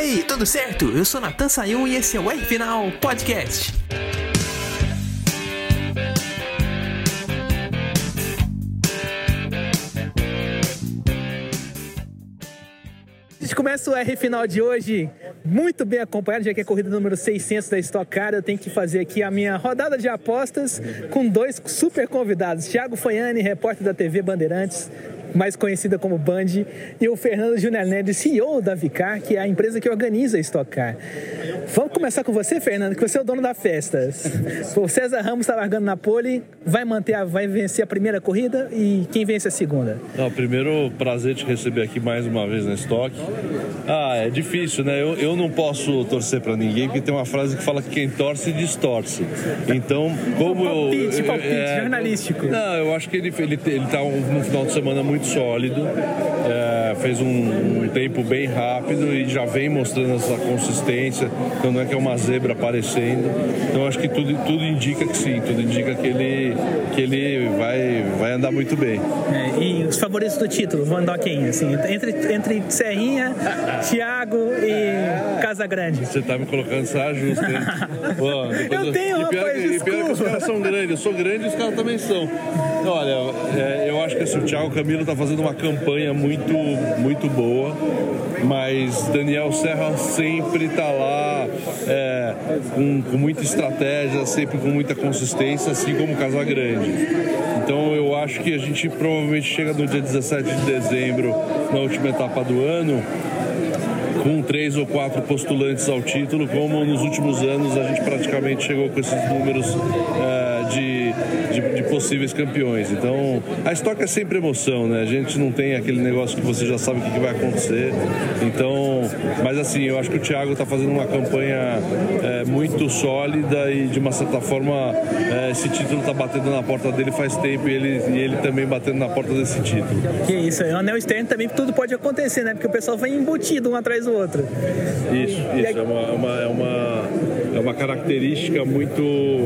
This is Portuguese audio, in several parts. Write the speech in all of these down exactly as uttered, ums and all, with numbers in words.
aí, tudo certo? Eu sou Natan Sayun e esse é o R Final Podcast. A gente começa o R Final de hoje muito bem acompanhado, já que é a corrida número seiscentos da Stock Car. Eu tenho que fazer aqui a minha rodada de apostas com dois super convidados. Thiago Foiani, repórter da T V Bandeirantes, mais conhecida como Band, e o Fernando Giulianelli, C E O da Vicar, que é a empresa que organiza a Stock Car. Vamos começar com você, Fernando, que você é o dono da festa. O César Ramos está largando na pole, vai manter, a, vai vencer a primeira corrida, e quem vence a segunda? Não, primeiro, prazer te receber aqui mais uma vez na Stock. Ah, é difícil, né? Eu, eu não posso torcer para ninguém, porque tem uma frase que fala que quem torce, distorce. Então, como palpite, eu... Palpite, palpite, é, jornalístico. Não, eu acho que ele, ele, ele tá um, num final de semana muito sólido, é, fez um, um tempo bem rápido e já vem mostrando essa consistência, então não é que é uma zebra aparecendo. Então acho que tudo, tudo indica que sim, tudo indica que ele, que ele vai, vai andar muito bem. É, e os favoritos do título vão andar quem? Assim, entre, entre Serrinha, Thiago e Casagrande. Você tá me colocando saia justa, hein? Pô, eu tenho uma coisa, e pior que os caras são grandes, eu sou grande e os caras também são. Olha, é, eu acho que assim, o Thiago Camilo está fazendo uma campanha muito, muito boa, mas Daniel Serra sempre está lá é, com, com muita estratégia, sempre com muita consistência, assim como o Casagrande. Então eu acho que a gente provavelmente chega no dia dezessete de dezembro, na última etapa do ano, com três ou quatro postulantes ao título, como nos últimos anos a gente praticamente chegou com esses números é, de, de, de possíveis campeões. Então, a Stock é sempre emoção, né? A gente não tem aquele negócio que você já sabe o que, que vai acontecer. Então, mas assim, eu acho que o Thiago está fazendo uma campanha é, muito sólida e, de uma certa forma, é, esse título está batendo na porta dele faz tempo e ele, e ele também batendo na porta desse título. Que isso, é o anel externo também, tudo pode acontecer, né? Porque o pessoal vem embutido um atrás do outro. Isso, isso. É uma, uma, é uma, é uma característica muito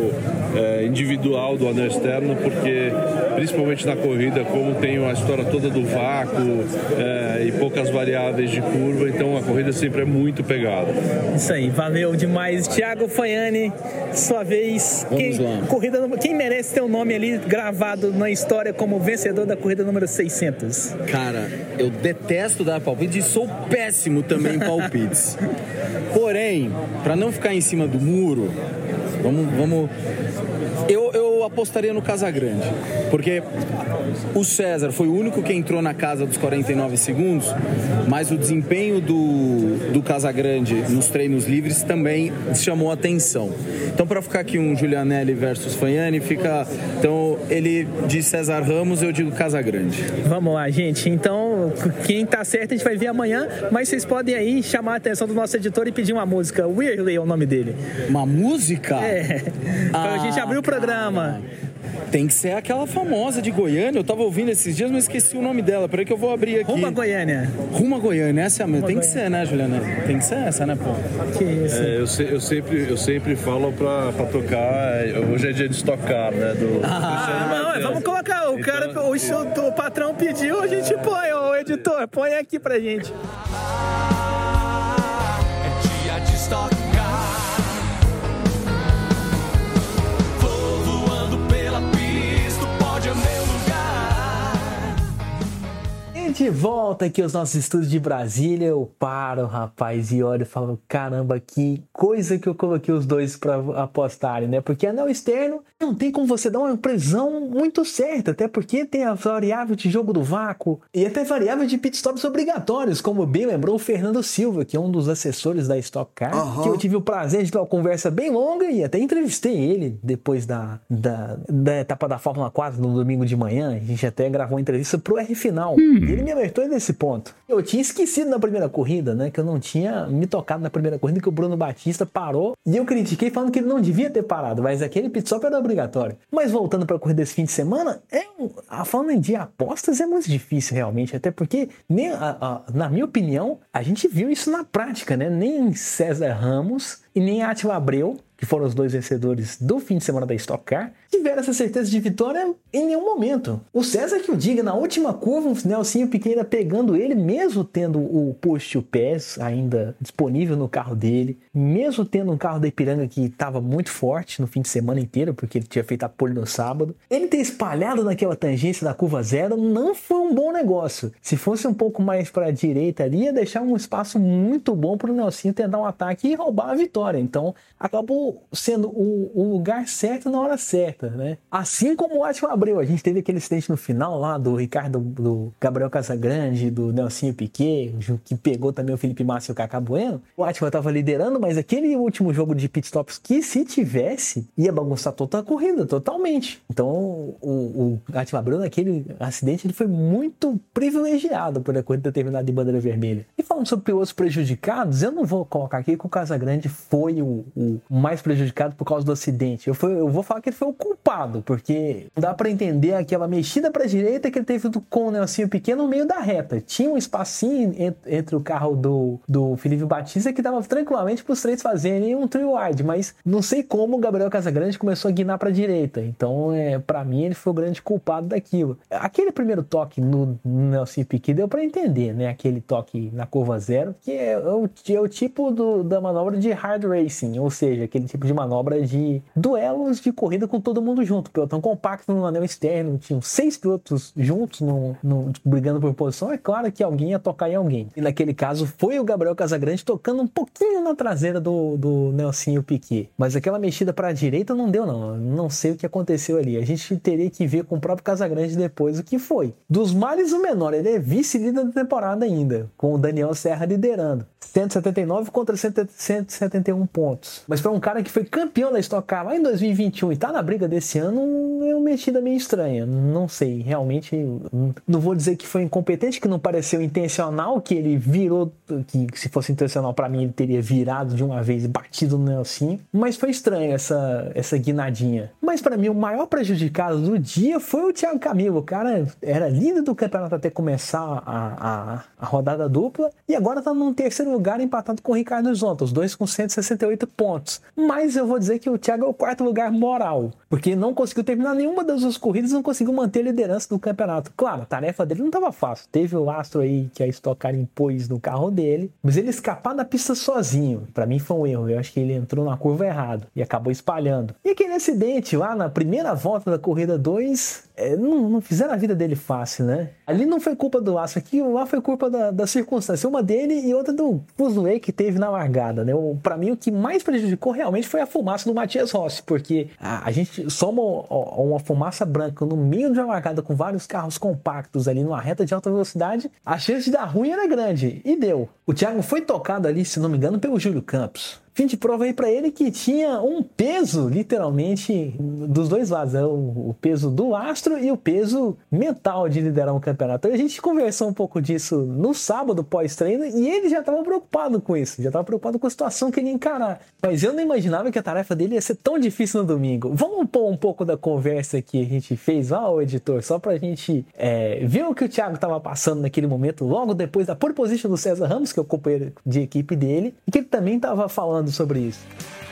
é, individual do anel externo, porque principalmente na corrida, como tem a história toda do vácuo é, e poucas variáveis de curva, então a corrida sempre é muito pegada. Isso aí, valeu demais. Thiago Foiani, sua vez. Vamos quem, lá. Corrida, quem merece ter o um nome ali gravado na história como vencedor da corrida número seiscentos? Cara, eu detesto dar palpite e sou péssimo também em palpites. Porém, para não ficar em cima do muro, vamos... vamos... Eu, eu apostaria no Casagrande, porque o César foi o único que entrou na casa dos quarenta e nove segundos, mas o desempenho do, do Casagrande nos treinos livres também chamou atenção. Então, para ficar aqui um Giulianelli versus Foiani, fica... Então, ele diz César Ramos, eu digo Casagrande. Vamos lá, gente. Então, quem tá certo a gente vai ver amanhã, mas vocês podem aí chamar a atenção do nosso editor e pedir uma música. Weirdly é o nome dele. Uma música? É. Pra Ah, gente abrir o programa. Tem que ser aquela famosa de Goiânia. Eu tava ouvindo esses dias, mas esqueci o nome dela. Peraí que eu vou abrir aqui. Rumo a Goiânia. Rumo a Goiânia, essa é a mesma. Tem que Goiânia. ser, né, Juliana? Tem que ser essa, né, pô? Que isso. É, eu, se, eu, sempre, eu sempre falo pra, pra tocar. Hoje é dia de estocar, né? Do, Ah, não, vamos colocar. O cara, Então, o, o, o patrão pediu, a gente põe, o editor, põe aqui pra gente. É dia de estocar. Vou voando pela pista, o pódio é meu lugar. E de volta aqui aos nossos estúdios de Brasília, eu paro, rapaz, e olho e falo, caramba, que coisa que eu coloquei os dois pra apostarem, né? Porque anel externo não tem como você dar uma previsão muito certa, até porque tem a variável de jogo do vácuo e até variável de pitstops obrigatórios, como bem lembrou o Fernando Silva, que é um dos assessores da Stock Car, uhum. que eu tive o prazer de ter uma conversa bem longa e até entrevistei ele depois da, da, da etapa da Fórmula quatro no domingo de manhã. A gente até gravou uma entrevista pro R Final. Hum. E ele me alertou nesse ponto. Eu tinha esquecido na primeira corrida, né, que eu não tinha me tocado na primeira corrida, que o Bruno Batista parou e eu critiquei falando que ele não devia ter parado, mas aquele pitstop era obrigatório. Mas voltando para a corrida desse fim de semana, é um, a falando de apostas é muito difícil realmente, até porque, nem, a, a, na minha opinião, a gente viu isso na prática, né? Nem César Ramos e nem Átila Abreu que foram os dois vencedores do fim de semana da Stock Car, tiveram essa certeza de vitória em nenhum momento. O César que o diga, na última curva, o Nelsinho Piquet pegando ele, mesmo tendo o push to pass ainda disponível no carro dele, mesmo tendo um carro da Ipiranga que estava muito forte no fim de semana inteiro, porque ele tinha feito a pole no sábado, ele ter espalhado naquela tangência da curva zero não foi um bom negócio. Se fosse um pouco mais para a direita ali, ia deixar um espaço muito bom para o Nelsinho tentar um ataque e roubar a vitória. Então acabou sendo o, o lugar certo na hora certa, né? Assim como o Atila Abreu, a gente teve aquele acidente no final lá do Ricardo, do Gabriel Casagrande, do Nelsinho Piquet, que pegou também o Felipe Massa e o Cacá Bueno. O Atila estava liderando, mas aquele último jogo de pitstops que se tivesse, ia bagunçar toda a corrida, totalmente. Então o, o Atila Abreu naquele acidente ele foi muito privilegiado por a corrida ter terminado de bandeira vermelha. E falando sobre pilotos prejudicados, eu não vou colocar aqui que o Casagrande foi o, o mais prejudicado por causa do acidente. Eu, foi, eu vou falar que ele foi o culpado, porque dá para entender aquela mexida para a direita que ele teve com o Nelsinho Piquet no meio da reta. Tinha um espacinho entre, entre o carro do, do Felipe Batista que dava tranquilamente para os três fazerem um trio wide, mas não sei como o Gabriel Casagrande começou a guinar para a direita. Então, é, para mim, ele foi o grande culpado daquilo. Aquele primeiro toque no, no Nelsinho Piquet deu para entender, né? Aquele toque na curva zero, que é o, é o tipo do, da manobra de hard racing, ou seja, aquele tipo de manobra de duelos de corrida com todo mundo junto. Pelotão compacto no anel externo, tinham seis pilotos juntos no, no, brigando por posição. É claro que alguém ia tocar em alguém. E naquele caso foi o Gabriel Casagrande tocando um pouquinho na traseira do, do Nelsinho Piquet. Mas aquela mexida para a direita não deu, não. Não sei o que aconteceu ali. A gente teria que ver com o próprio Casagrande depois o que foi. Dos males o menor, ele é vice-líder da temporada ainda, com o Daniel Serra liderando. cento e setenta e nove contra cento e setenta e um pontos. Mas para um cara que foi campeão da Stock Car lá em dois mil e vinte e um e tá na briga desse ano, é uma mexida meio estranha. Não sei, realmente não vou dizer que foi incompetente, que não pareceu intencional, que ele virou, que se fosse intencional para mim ele teria virado de uma vez e batido no Nelsinho, mas foi estranho essa, essa guinadinha. Mas para mim o maior prejudicado do dia foi o Thiago Camilo. O cara era líder do campeonato até começar a, a, a rodada dupla e agora tá num terceiro lugar empatado com o Ricardo Zonta, os dois com cento e sessenta e oito pontos. Mas eu vou dizer que o Thiago é o quarto lugar moral, porque não conseguiu terminar nenhuma das duas corridas, não conseguiu manter a liderança do campeonato. Claro, a tarefa dele não estava fácil. Teve o lastro aí que a Stock Car impôs no carro dele, mas ele escapar da pista sozinho, para mim foi um erro. Eu acho que ele entrou na curva errado e acabou espalhando. E aquele acidente lá na primeira volta da corrida dois, é, não, não fizeram a vida dele fácil, né? Ali não foi culpa do lastro, aqui lá foi culpa da, da circunstância, uma dele e outra do fuzuê que teve na largada, né? Para mim o que mais prejudicou realmente foi a fumaça do Matias Rossi, porque a, a gente soma uma fumaça branca no meio de uma largada com vários carros compactos ali numa reta de alta velocidade, a chance de dar ruim era grande, e deu. O Thiago foi tocado ali, se não me engano, pelo Júlio Campos. Fim de prova aí pra ele que tinha um peso, literalmente, dos dois lados, né? o, o peso do lastro e o peso mental de liderar um campeonato. Então, a gente conversou um pouco disso no sábado pós-treino e ele já estava preocupado com isso, já estava preocupado com a situação que ele ia encarar. Mas eu não imaginava que a tarefa dele ia ser tão difícil no domingo. Vamos pôr um pouco da conversa que a gente fez lá, ô editor, só pra gente é, ver o que o Thiago estava passando naquele momento, logo depois da pole position do César Ramos, que é o companheiro de equipe dele, e que ele também estava falando sobre isso.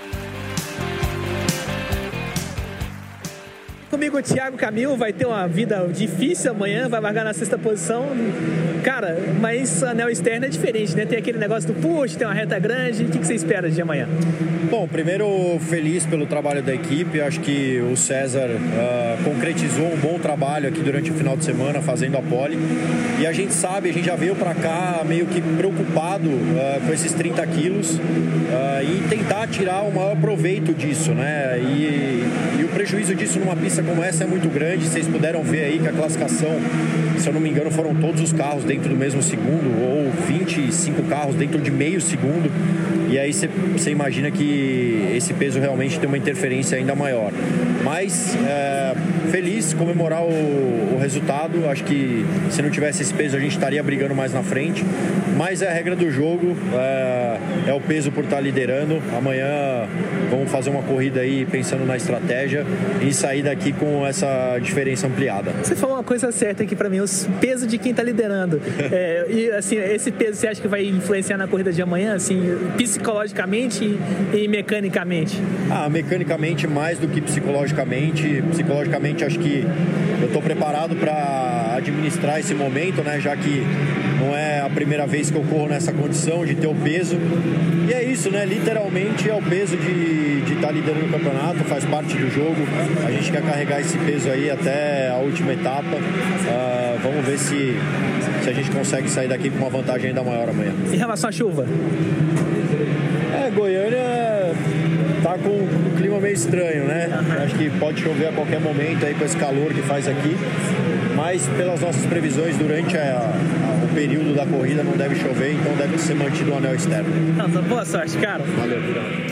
Comigo o Thiago Camilo vai ter uma vida difícil amanhã, vai largar na sexta posição. Cara, mas anel externo é diferente, né? Tem aquele negócio do push, tem uma reta grande. O que você espera de amanhã? Bom, primeiro feliz pelo trabalho da equipe. Acho que o César uh, concretizou um bom trabalho aqui durante o final de semana, fazendo a pole. E a gente sabe, a gente já veio pra cá meio que preocupado uh, com esses trinta quilos uh, e tentar tirar o maior proveito disso, né? E, e o prejuízo disso numa pista como essa é muito grande. Vocês puderam ver aí que a classificação, se eu não me engano, foram todos os carros dentro do mesmo segundo, ou vinte e cinco carros dentro de meio segundo. E aí você imagina que esse peso realmente tem uma interferência ainda maior. Mas é, feliz, comemorar o, o resultado. Acho que se não tivesse esse peso a gente estaria brigando mais na frente. Mas é a regra do jogo, é, é o peso por estar liderando. Amanhã vamos fazer uma corrida aí pensando na estratégia e sair daqui com essa diferença ampliada. Você falou uma coisa certa aqui pra mim, o peso de quem tá liderando. É, e assim, esse peso você acha que vai influenciar na corrida de amanhã, assim, psicologicamente e, e mecanicamente? Ah, mecanicamente mais do que psicologicamente. Psicologicamente acho que eu tô preparado para administrar esse momento, né? Já que não é a primeira vez que eu corro nessa condição de ter o peso. E é isso, né? Literalmente é o peso de de estar liderando o campeonato, faz parte do jogo. A gente quer carregar esse peso aí até a última etapa. Uh, vamos ver se, se a gente consegue sair daqui com uma vantagem ainda maior amanhã. Em relação à chuva? É, Goiânia tá com um clima meio estranho, né? Acho que pode chover a qualquer momento aí com esse calor que faz aqui. Mas pelas nossas previsões, durante a, a, o período da corrida não deve chover, então deve ser mantido o anel externo. Nossa, boa sorte, cara. Valeu, obrigado.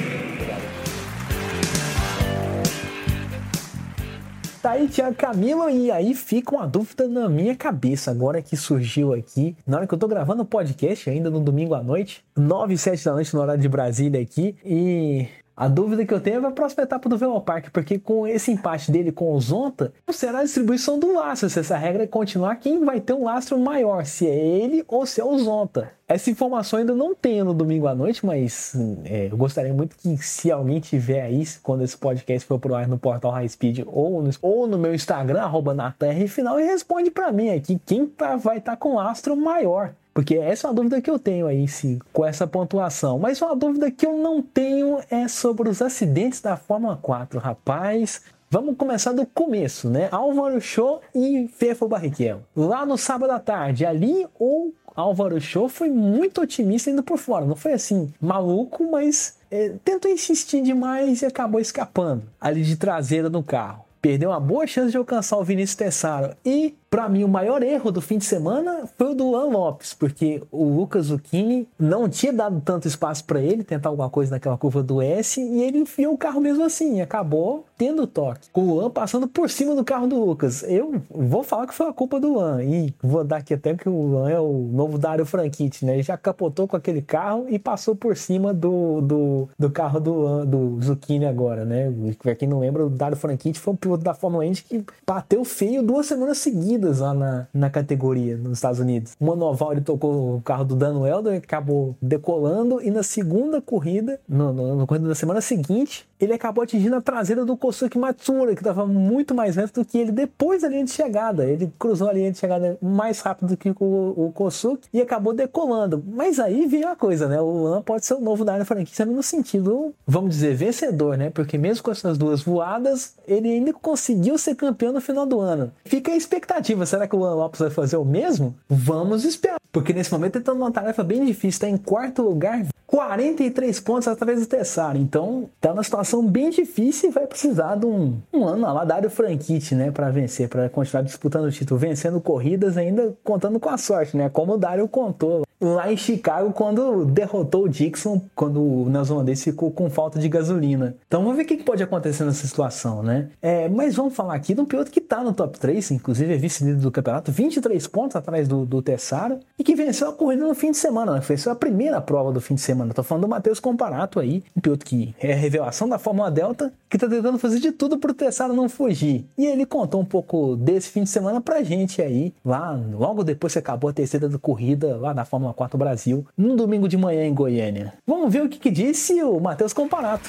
Tá aí, Thiago Camilo, e aí fica uma dúvida na minha cabeça agora que surgiu aqui, na hora que eu tô gravando o podcast, ainda no domingo à noite, nove e sete da noite no horário de Brasília aqui, e a dúvida que eu tenho é para a próxima etapa do Velopark, porque com esse empate dele com o Zonta, não será a distribuição do lastro, se essa regra continuar, quem vai ter um lastro maior, se é ele ou se é o Zonta. Essa informação ainda não tenho no domingo à noite, mas é, eu gostaria muito que, se alguém tiver aí, quando esse podcast for pro ar no portal High Speed ou no, ou no meu Instagram, arroba natanrfinal, e responde para mim aqui quem tá, vai estar tá com lastro maior. Porque essa é uma dúvida que eu tenho aí, sim, com essa pontuação. Mas uma dúvida que eu não tenho é sobre os acidentes da Fórmula quatro, rapaz. Vamos começar do começo, né? Álvaro Show e Fefo Barrichello. Lá no sábado à tarde, ali o Álvaro Show foi muito otimista indo por fora. Não foi assim, maluco, mas é, tentou insistir demais e acabou escapando ali de traseira no carro. Perdeu uma boa chance de alcançar o Vinícius Tessaro. E, para mim, o maior erro do fim de semana foi o do Luan Lopes, porque o Lucas Zucchini não tinha dado tanto espaço para ele tentar alguma coisa naquela curva do S, e ele enfiou o carro mesmo assim, e acabou tendo toque. Com o Luan passando por cima do carro do Lucas. Eu vou falar que foi a culpa do Luan, e vou dar aqui até que o Luan é o novo Dario Franchitti, né? Ele já capotou com aquele carro e passou por cima do, do, do carro do, do Zucchini agora, né? Pra quem não lembra, o Dario Franchitti foi um piloto da Fórmula Indy que bateu feio duas semanas seguidas lá na, na categoria nos Estados Unidos. Uma noval ele tocou o carro do Dan Welder, acabou decolando, e na segunda corrida, no, no, na corrida da semana seguinte, ele acabou atingindo a traseira do Kosuke Matsura, que estava muito mais lento do que ele depois da linha de chegada. Ele cruzou a linha de chegada mais rápido do que o, o Kosuke e acabou decolando. Mas aí veio a coisa, né? O Luan pode ser o novo Dario Franchitti no sentido, vamos dizer, vencedor, né? Porque mesmo com essas duas voadas, ele ainda conseguiu ser campeão no final do ano. Fica a expectativa, será que o Luan Lopes vai fazer o mesmo? Vamos esperar, porque nesse momento ele está numa tarefa bem difícil, está em quarto lugar, quarenta e três pontos atrás do Tessaro, então tá numa situação bem difícil e vai precisar de um, um ano lá, Dario Franchitti, né, para vencer, para continuar disputando o título, vencendo corridas, ainda contando com a sorte, né, como o Dario contou lá em Chicago quando derrotou o Dixon, quando o neozelandês ficou com falta de gasolina. Então vamos ver o que pode acontecer nessa situação, né? É, mas vamos falar aqui de um piloto que tá no top três, inclusive é vice-líder do campeonato, vinte e três pontos atrás do, do Tessaro, e que venceu a corrida no fim de semana, né? Venceu a primeira prova do fim de semana. Tô falando do Matheus Comparato aí, um piloto que é a revelação da Fórmula Delta, que tá tentando fazer de tudo pro Tessaro não fugir. E ele contou um pouco desse fim de semana pra gente aí, lá, logo depois que acabou a terceira corrida lá na Fórmula quatro Brasil, no domingo de manhã em Goiânia. Vamos ver o que, que disse o Matheus Comparato.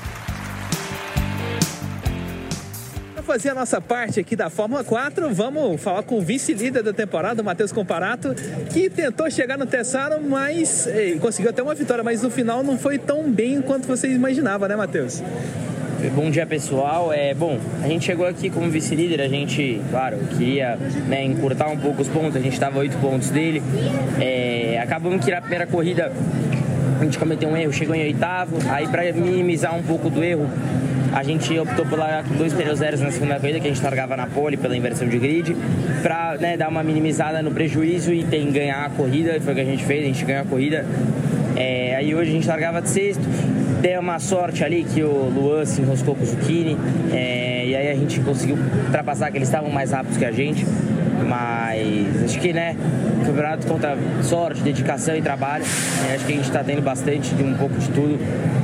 Para fazer a nossa parte aqui da Fórmula quatro, vamos falar com o vice-líder da temporada, o Matheus Comparato, que tentou chegar no Tessaro, mas ei, conseguiu até uma vitória, mas no final não foi tão bem quanto vocês imaginavam, né, Matheus? Bom dia, pessoal. É, bom, a gente chegou aqui como vice-líder, a gente, claro, queria, né, encurtar um pouco os pontos, a gente estava a oito pontos dele. É, acabamos que na primeira corrida a gente cometeu um erro, chegou em oitavo, aí para minimizar um pouco do erro, a gente optou por largar com dois pneus zeros na segunda corrida, que a gente largava na pole pela inversão de grid, para, né, dar uma minimizada no prejuízo e tem, ganhar a corrida, foi o que a gente fez, a gente ganhou a corrida. É, aí hoje a gente largava de sexto, deu uma sorte ali que o Luan se enroscou com o Zucchini, é, e aí a gente conseguiu ultrapassar, que eles estavam mais rápidos que a gente, mas acho que, né, o campeonato conta sorte, dedicação e trabalho, é, acho que a gente está tendo bastante de um pouco de tudo,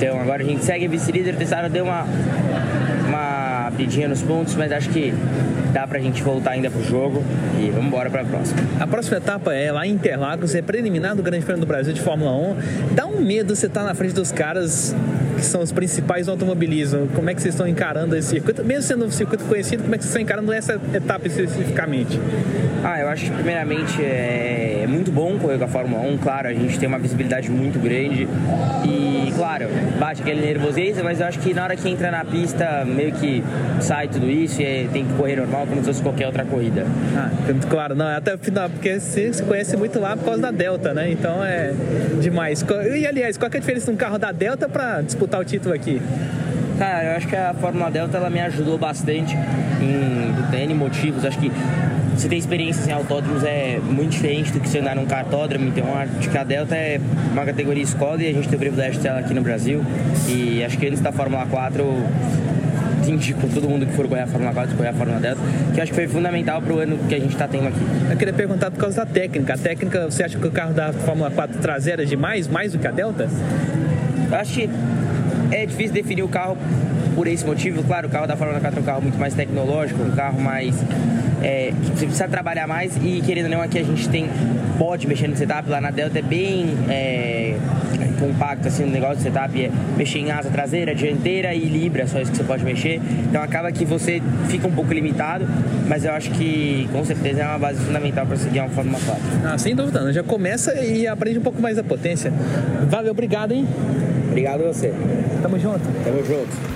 Então agora a gente segue vice-líder, o Tessaro deu uma, uma abridinha nos pontos, mas acho que dá pra gente voltar ainda pro jogo e vamos embora pra próxima. A próxima etapa é lá em Interlagos, é preliminar do Grande Prêmio do Brasil de Fórmula um. Dá um medo você estar na frente dos caras que são os principais do automobilismo. Como é que vocês estão encarando esse circuito? Mesmo sendo um circuito conhecido, como é que vocês estão encarando essa etapa especificamente? Ah, eu acho que primeiramente é, é muito bom correr com a Fórmula um, claro, a gente tem uma visibilidade muito grande e, claro, bate aquele nervosismo, mas eu acho que na hora que entra na pista, meio que sai tudo isso e é, tem que correr normal como se fosse qualquer outra corrida. Ah, claro, não, até o final, porque você se conhece muito lá por causa da Delta, né? Então é demais. E, aliás, qual que é a diferença de um carro da Delta para disputar o título aqui? Cara, eu acho que a Fórmula Delta ela me ajudou bastante em, por N motivos. Acho que você ter experiência em autódromos é muito diferente do que você andar num cartódromo. Então acho que a Delta é uma categoria escola e a gente tem o privilégio de ter ela aqui no Brasil. E acho que antes da Fórmula quatro, indico todo mundo que for correr a Fórmula quatro, correr a Fórmula Delta, que eu acho que foi fundamental para o ano que a gente está tendo aqui. Eu queria perguntar por causa da técnica. A técnica, você acha que o carro da Fórmula quatro traseira é demais, mais do que a Delta? Eu acho que é difícil definir o carro por esse motivo. Claro, o carro da Fórmula quatro é um carro muito mais tecnológico, um carro mais... É, que você precisa trabalhar mais e, querendo ou não, aqui a gente tem, pode mexer no setup. Lá na Delta é bem é, compacto assim, no negócio do setup, é mexer em asa traseira, dianteira e libra, só isso que você pode mexer. Então acaba que você fica um pouco limitado, mas eu acho que com certeza é uma base fundamental para seguir uma Fórmula quatro. Ah, sem dúvida, não. Já começa e aprende um pouco mais da potência. Valeu, obrigado, hein? Obrigado a você. Tamo junto. Tamo junto.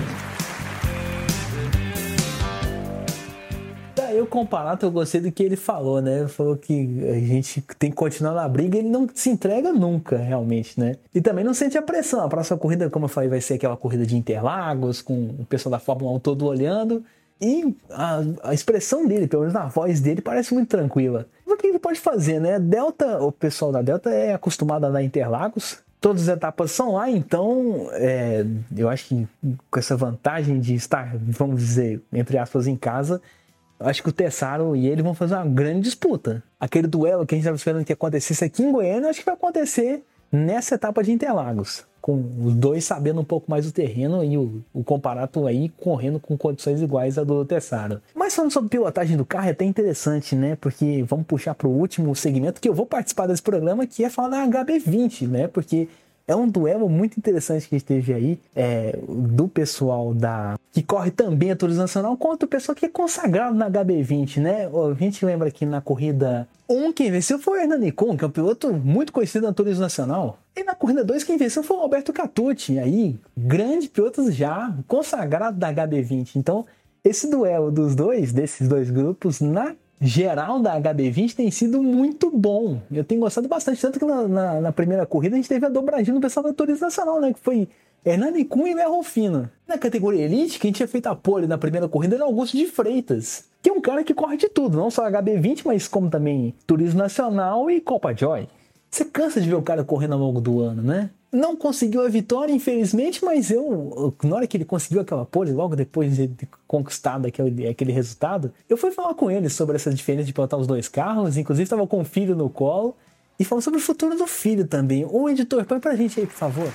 Eu comparato, eu gostei do que ele falou, né? Ele falou que a gente tem que continuar na briga e ele não se entrega nunca, realmente, né? E também não sente a pressão. A próxima corrida, como eu falei, vai ser aquela corrida de Interlagos, com o pessoal da Fórmula um todo olhando. E a, a expressão dele, pelo menos na voz dele, parece muito tranquila. O que ele pode fazer, né? Delta, o pessoal da Delta é acostumado a andar em Interlagos. Todas as etapas são lá, então é, eu acho que com essa vantagem de estar, vamos dizer, entre aspas, em casa, acho que o Tessaro e ele vão fazer uma grande disputa. Aquele duelo que a gente estava esperando que acontecesse aqui em Goiânia, acho que vai acontecer nessa etapa de Interlagos, com os dois sabendo um pouco mais do terreno e o, o Comparato aí correndo com condições iguais a do Tessaro. Mas falando sobre pilotagem do carro é até interessante, né? Porque vamos puxar para o último segmento que eu vou participar desse programa, que é falar da H B vinte, né? Porque é um duelo muito interessante que a gente teve aí, é, do pessoal da que corre também a Turismo Nacional contra o pessoal que é consagrado na H B vinte, né? A gente lembra que na corrida um quem venceu foi o Hernani Kun, que é um piloto muito conhecido na Turismo Nacional. E na corrida dois quem venceu foi o Roberto Catucci, aí grande piloto já consagrado da H B vinte. Então esse duelo dos dois, desses dois grupos, na geral da H B vinte tem sido muito bom. Eu tenho gostado bastante, tanto que na, na, na primeira corrida a gente teve a dobradinha do pessoal da Turismo Nacional, né? Que foi Hernani Kun e Léo Rufino. Na categoria Elite, quem tinha feito a pole na primeira corrida era Augusto de Freitas, que é um cara que corre de tudo, não só H B vinte, mas como também Turismo Nacional e Copa Joy. Você cansa de ver o cara correndo ao longo do ano, né? Não conseguiu a vitória, infelizmente, mas eu, na hora que ele conseguiu aquela pole, logo depois de ter conquistado aquele, aquele resultado, eu fui falar com ele sobre essa diferença de pilotar os dois carros, inclusive estava com o filho no colo, e falando sobre o futuro do filho também. Ô editor, põe pra gente aí, por favor.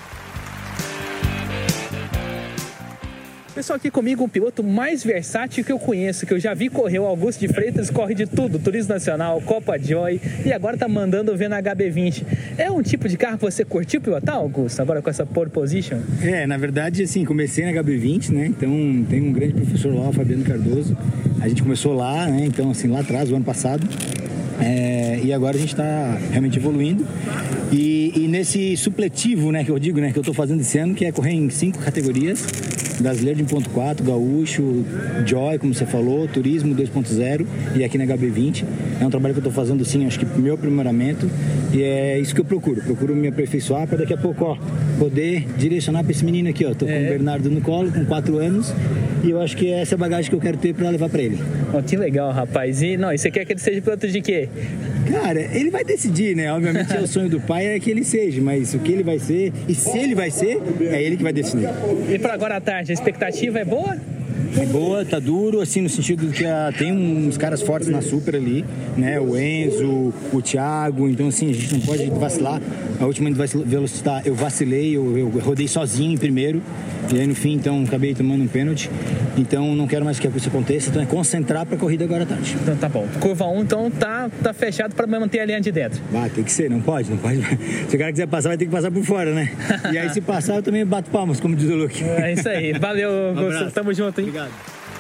Pessoal, aqui comigo um piloto mais versátil que eu conheço, que eu já vi correr, o Augusto de Freitas, corre de tudo, Turismo Nacional, Copa Joy, e agora tá mandando ver na H B vinte. É um tipo de carro que você curtiu pilotar, Augusto, agora com essa pole position? É, na verdade, assim, comecei na H B vinte, né, então tem um grande professor lá, o Fabiano Cardoso, a gente começou lá, né, então assim, lá atrás, o ano passado, é, e agora a gente tá realmente evoluindo. E, e nesse supletivo, né, que eu digo, né, que eu tô fazendo esse ano, que é correr em cinco categorias, brasileiro de um ponto quatro, gaúcho, Joy, como você falou, turismo dois ponto zero e aqui na H B vinte. É um trabalho que eu tô fazendo, sim, acho que meu aprimoramento, e é isso que eu procuro. Procuro me aperfeiçoar para daqui a pouco, ó, poder direcionar para esse menino aqui, ó. Tô com é. o Bernardo no colo, com quatro anos, e eu acho que é essa bagagem que eu quero ter para levar para ele. Oh, que legal, rapaz. E, não, e você quer que ele seja piloto de quê? Cara, ele vai decidir, né? Obviamente é o sonho do pai é que ele seja, mas o que ele vai ser e se ele vai ser, é ele que vai decidir. E para agora à tarde, a expectativa é boa? É boa, tá duro, assim, no sentido de que ah, tem uns caras fortes na Super ali, né? O Enzo, o Thiago, então assim, a gente não pode vacilar. A última velocidade eu vacilei, eu, eu rodei sozinho em primeiro, e aí no fim, então, acabei tomando um pênalti. Então não quero mais que isso aconteça, então é concentrar pra corrida agora à tarde. Então tá bom. Curva um, então tá, tá fechado pra manter a linha de dentro. Vai, tem que ser, não pode, não pode. Se o cara quiser passar, vai ter que passar por fora, né? E aí se passar, eu também bato palmas, como diz o Luke. É isso aí. Valeu, Um Augusto. abraço. Tamo junto, hein? Obrigado.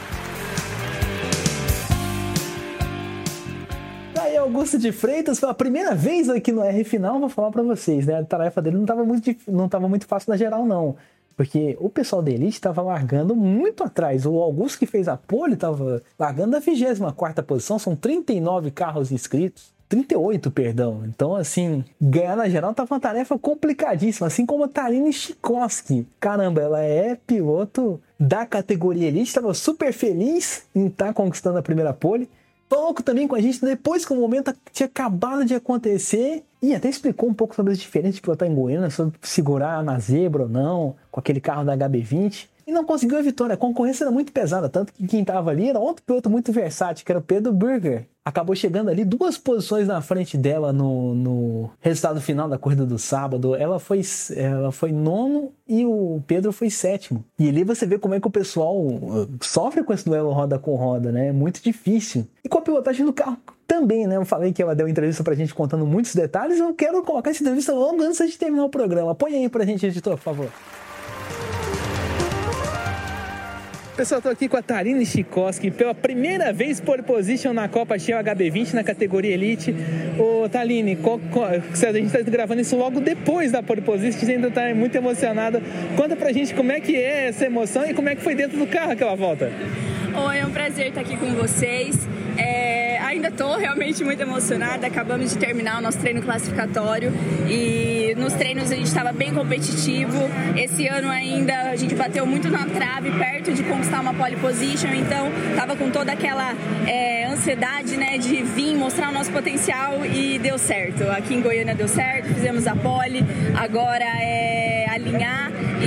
Aí, Augusto de Freitas, foi a primeira vez aqui no R Final, vou falar pra vocês, né? A tarefa dele não tava muito, dif- não tava muito fácil na geral, não. Porque o pessoal da Elite tava largando muito atrás. O Augusto que fez a pole tava largando da vigésima quarta posição, são trinta e nove carros inscritos. trinta e oito, perdão. Então, assim, ganhar na geral tava uma tarefa complicadíssima, assim como a Tarine Chikoski. Caramba, ela é piloto da categoria Elite, estava super feliz em estar conquistando a primeira pole. Falou também com a gente depois que o momento tinha acabado de acontecer e até explicou um pouco sobre as diferenças de pilotar em Goiânia, sobre segurar na zebra ou não, com aquele carro da H B vinte. E não conseguiu a vitória, a concorrência era muito pesada, tanto que quem estava ali era outro piloto muito versátil, que era o Pedro Burger. Acabou chegando ali duas posições na frente dela no, no resultado final da corrida do sábado. Ela foi, ela foi nono e o Pedro foi sétimo. E ali você vê como é que o pessoal uh, sofre com esse duelo roda com roda, né? É muito difícil. E com a pilotagem do carro também, né? Eu falei que ela deu entrevista pra gente contando muitos detalhes. Eu quero colocar essa entrevista logo antes de terminar o programa. Põe aí pra gente, editor, por favor. Pessoal, estou aqui com a Tarine Chikoski, pela primeira vez pole position na Copa Shell H B vinte na categoria Elite. Ô, Tarine, qual, qual, a gente está gravando isso logo depois da pole position, a gente ainda está muito emocionada. Conta pra gente como é que é essa emoção e como é que foi dentro do carro aquela volta. Oi, é um prazer estar aqui com vocês. É, ainda estou realmente muito emocionada. Acabamos de terminar o nosso treino classificatório e nos treinos a gente estava bem competitivo. Esse ano ainda a gente bateu muito na trave, perto de conquistar uma pole position, então estava com toda aquela é, ansiedade, né, de vir mostrar o nosso potencial e deu certo. Aqui em Goiânia deu certo, fizemos a pole, agora é alinhar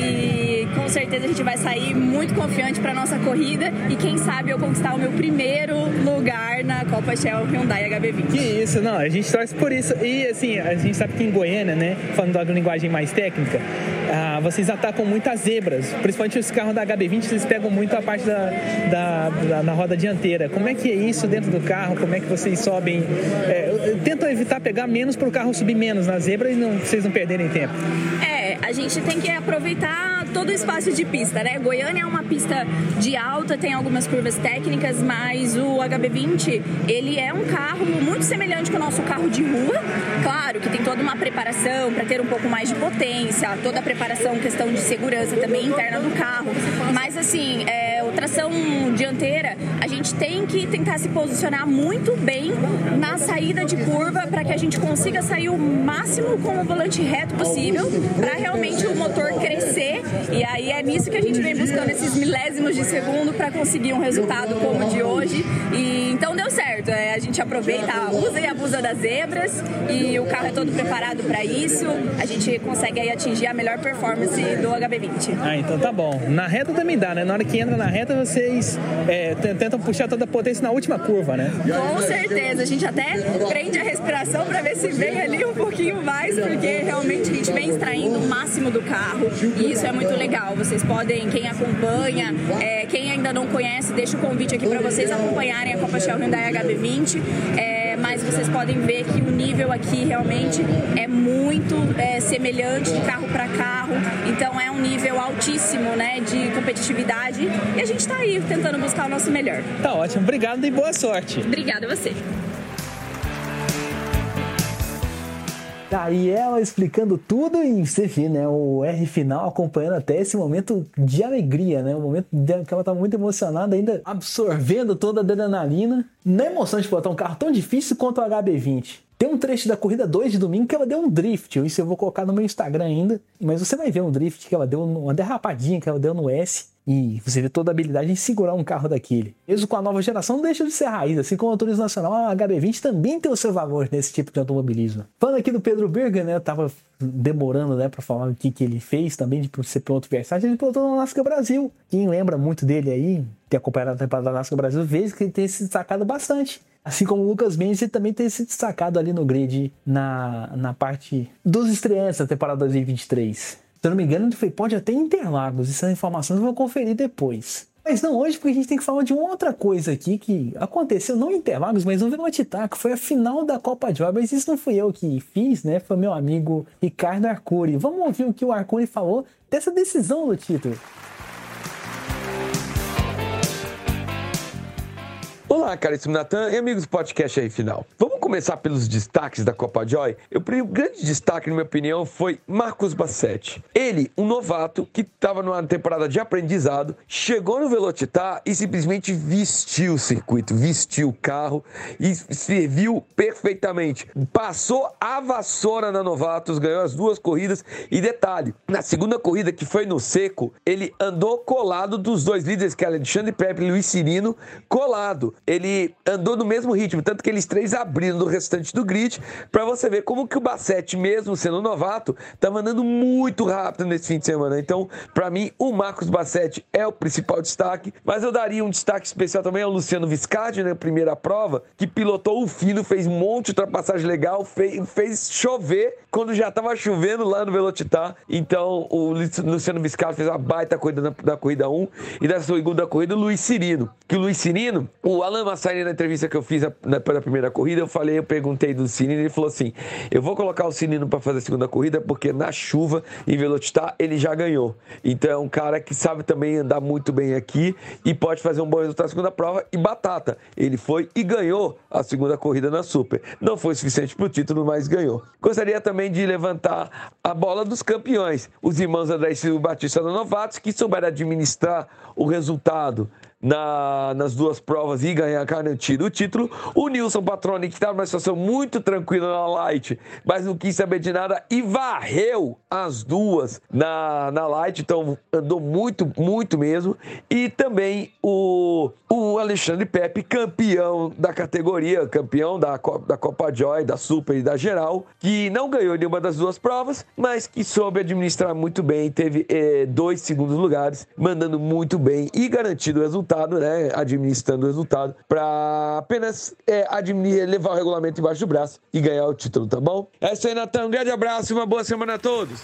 e com certeza a gente vai sair muito confiante para nossa corrida e quem sabe eu conquistar o meu primeiro lugar na Copa Shell Hyundai H B vinte. Que isso, não, a gente torce por isso. E assim, a gente sabe que em Goiânia, né, falando da linguagem mais técnica, ah, vocês atacam muitas zebras, principalmente os carros da H B vinte, eles pegam muito a parte da, da, da na roda dianteira. Como é que é isso dentro do carro? Como é que vocês sobem? É, tentam evitar pegar menos para o carro subir menos na zebra e não, vocês não perderem tempo. É, a gente tem que aproveitar todo o espaço de pista, né? Goiânia é uma pista de alta, tem algumas curvas técnicas, mas o H B vinte, ele é um carro muito semelhante com o nosso carro de rua. Claro que tem toda uma preparação para ter um pouco mais de potência, toda a preparação, questão de segurança também interna do carro. Mas assim, é, o tração dianteira, a gente tem que tentar se posicionar muito bem na saída de curva para que a gente consiga sair o máximo com o volante reto possível, para realmente o motor crescer. E aí é nisso que a gente vem buscando esses milésimos de segundo para conseguir um resultado como o de hoje. E então deu certo. É, a gente aproveita, usa e abusa das zebras e o carro é todo preparado para isso. A gente consegue aí atingir a melhor performance do H B vinte. Ah, então tá bom. Na reta também dá, né? Na hora que entra na reta, vocês é, tentam puxar toda a potência na última curva, né? Com certeza. A gente até prende a respiração para ver se vem ali um pouquinho mais, porque realmente a gente vem extraindo o máximo do carro e isso é muito legal. Vocês podem, quem acompanha, é, quem ainda não conhece, deixa o convite aqui para vocês acompanharem a Copa Shell Hyundai H B vinte, é, mas vocês podem ver que o nível aqui realmente é muito é, semelhante de carro para carro, então é um nível altíssimo, né, de competitividade e a gente está aí tentando buscar o nosso melhor. Tá ótimo, obrigado e boa sorte. Obrigada a você. Tá, e ela explicando tudo e você vê, né, o R final acompanhando até esse momento de alegria, né, o momento que ela tá muito emocionada, ainda absorvendo toda a adrenalina, na emoção de botar um carro tão difícil quanto o H B vinte. Tem um trecho da corrida dois de domingo que ela deu um drift, isso eu vou colocar no meu Instagram ainda, mas você vai ver um drift que ela deu, uma derrapadinha que ela deu no S, E você vê toda a habilidade em segurar um carro daquele. Mesmo com a nova geração, não deixa de ser raiz. Assim como o Turismo Nacional, a H B vinte também tem o seu valor nesse tipo de automobilismo. Falando aqui do Pedro Berger, né? Eu tava demorando, né, pra falar o que, que ele fez também de ser piloto versátil. Ele pilotou no NASCAR Brasil. Quem lembra muito dele aí, ter acompanhado a temporada da NASCAR Brasil, vê que ele tem se destacado bastante. Assim como o Lucas Mendes, ele também tem se destacado ali no grid na, na parte dos estreantes da temporada dois mil e vinte e três. Se eu não me engano, ele foi pode até Interlagos. Essas informações eu vou conferir depois. Mas não hoje, porque a gente tem que falar de uma outra coisa aqui que aconteceu, não em Interlagos, mas no Velocitar, que foi a final da Copa Joy. Mas isso não fui eu que fiz, né? Foi meu amigo Ricardo Arcuri. Vamos ouvir o que o Arcuri falou dessa decisão do título. Olá, caríssimo Natan e amigos do podcast aí final. Vamos começar pelos destaques da Copa Joy. O grande destaque, na minha opinião, foi Marcos Bassetti. Ele, um novato que estava numa temporada de aprendizado, chegou no Velocitar e simplesmente vestiu o circuito, vestiu o carro e serviu perfeitamente. Passou a vassoura na Novatos, ganhou as duas corridas e detalhe, na segunda corrida, que foi no seco, ele andou colado dos dois líderes, que é Alexandre Pepe e Luiz Cirino, colado. Ele andou no mesmo ritmo, tanto que eles três abriram do restante do grid, para você ver como que o Bassetti, mesmo sendo novato, estava andando muito rápido nesse fim de semana. Então, para mim, o Marcos Bassetti é o principal destaque, mas eu daria um destaque especial também ao Luciano Viscardi, na primeira prova, que pilotou o fino, fez um monte de ultrapassagem legal, fez, fez chover quando já estava chovendo lá no Velocitar. Então, o Luciano Viscardi fez uma baita corrida na, da corrida um, e da segunda corrida, o Luiz Cirino. Que o Luiz Cirino, o Alan Massari, na entrevista que eu fiz na, na primeira corrida, eu falei, eu perguntei do Cirino, ele falou assim, eu vou colocar o Cirino para fazer a segunda corrida, porque na chuva, em Velocitar, ele já ganhou. Então é um cara que sabe também andar muito bem aqui e pode fazer um bom resultado na segunda prova. E batata, ele foi e ganhou a segunda corrida na Super. Não foi suficiente para o título, mas ganhou. Gostaria também de levantar a bola dos campeões, os irmãos André e Silvio Batista da Novatos, que souberam administrar o resultado Na, nas duas provas e ganhar garantido o título. O Nilson Patroni, que estava numa situação muito tranquila na Light, mas não quis saber de nada e varreu as duas na, na Light, então andou muito, muito mesmo. E também o, o Alexandre Pepe, campeão da categoria, campeão da, da Copa Joy, da Super e da Geral, que não ganhou nenhuma das duas provas, mas que soube administrar muito bem, teve eh, dois segundos lugares, mandando muito bem e garantido o resultado, né, administrando o resultado, para apenas é, administrar, levar o regulamento embaixo do braço e ganhar o título, tá bom? É isso aí, Natan. Um grande abraço e uma boa semana a todos.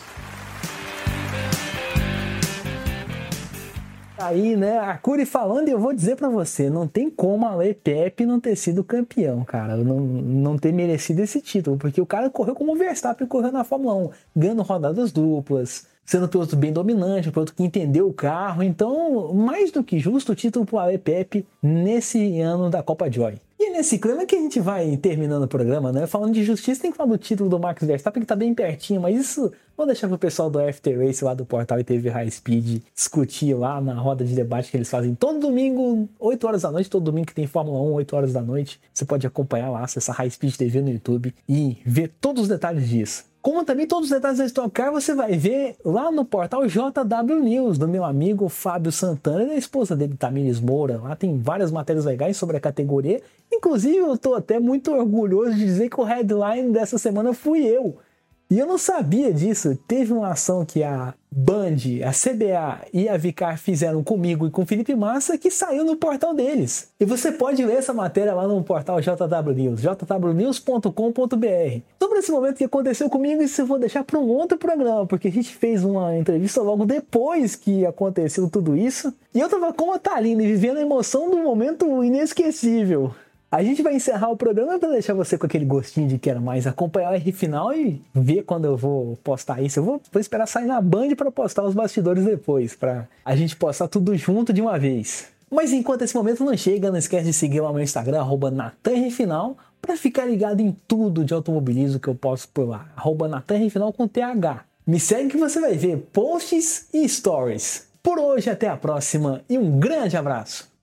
Aí, né, Arcuri falando, e eu vou dizer pra você, não tem como a Ale Pepe não ter sido campeão, cara, não, não ter merecido esse título, porque o cara correu como o Verstappen correu na Fórmula um, ganhando rodadas duplas, sendo um piloto bem dominante, um piloto que entendeu o carro. Então, mais do que justo o título pro Ale Pepe nesse ano da Copa Joy. E é nesse clima que a gente vai terminando o programa, né? Falando de justiça, tem que falar do título do Max Verstappen, que tá bem pertinho, mas isso vou deixar pro pessoal do After Race lá do portal e T V High Speed discutir lá na roda de debate que eles fazem todo domingo, oito horas da noite, todo domingo que tem Fórmula um, oito horas da noite. Você pode acompanhar lá, acessar High Speed T V no YouTube e ver todos os detalhes disso. Como também todos os detalhes da Stock Car você vai ver lá no portal J W News, do meu amigo Fábio Santana e da esposa dele, Tamires Moura. Lá tem várias matérias legais sobre a categoria. Inclusive, eu estou até muito orgulhoso de dizer que o headline dessa semana fui eu. E eu não sabia disso. Teve uma ação que a Band, a C B A e a Vicar fizeram comigo e com o Felipe Massa, que saiu no portal deles. E você pode ler essa matéria lá no portal J W News, j w news ponto com ponto b r. Sobre esse momento que aconteceu comigo, isso eu vou deixar para um outro programa, porque a gente fez uma entrevista logo depois que aconteceu tudo isso. E eu tava como a Thalina, vivendo a emoção do momento inesquecível. A gente vai encerrar o programa para deixar você com aquele gostinho de quero mais, acompanhar o R final e ver quando eu vou postar isso. Eu vou, vou esperar sair na Band para postar os bastidores depois, para a gente postar tudo junto de uma vez. Mas enquanto esse momento não chega, não esquece de seguir lá no meu Instagram, arroba natanrfinal, para ficar ligado em tudo de automobilismo que eu posto por lá, arroba natanrfinal com T H. Me segue que você vai ver posts e stories. Por hoje, até a próxima e um grande abraço!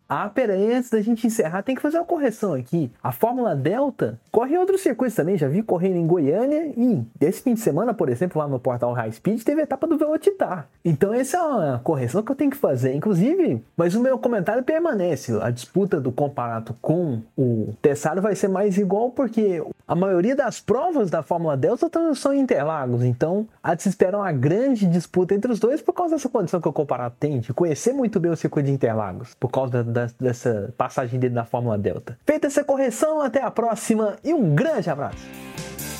Ah, pera aí, antes da gente encerrar, tem que fazer uma correção aqui. A Fórmula Delta corre em outros circuitos também, já vi correndo em Goiânia e esse fim de semana, por exemplo, lá no portal High Speed, teve a etapa do Velocitar. Então essa é uma correção que eu tenho que fazer, inclusive, mas o meu comentário permanece. A disputa do Comparato com o Tessaro vai ser mais igual porque a maioria das provas da Fórmula Delta são em Interlagos, então há de se esperar uma grande disputa entre os dois por causa dessa condição que o Comparato tem de conhecer muito bem o circuito de Interlagos, por causa da, da, dessa passagem dele na Fórmula Delta. Feita essa correção, até a próxima e um grande abraço!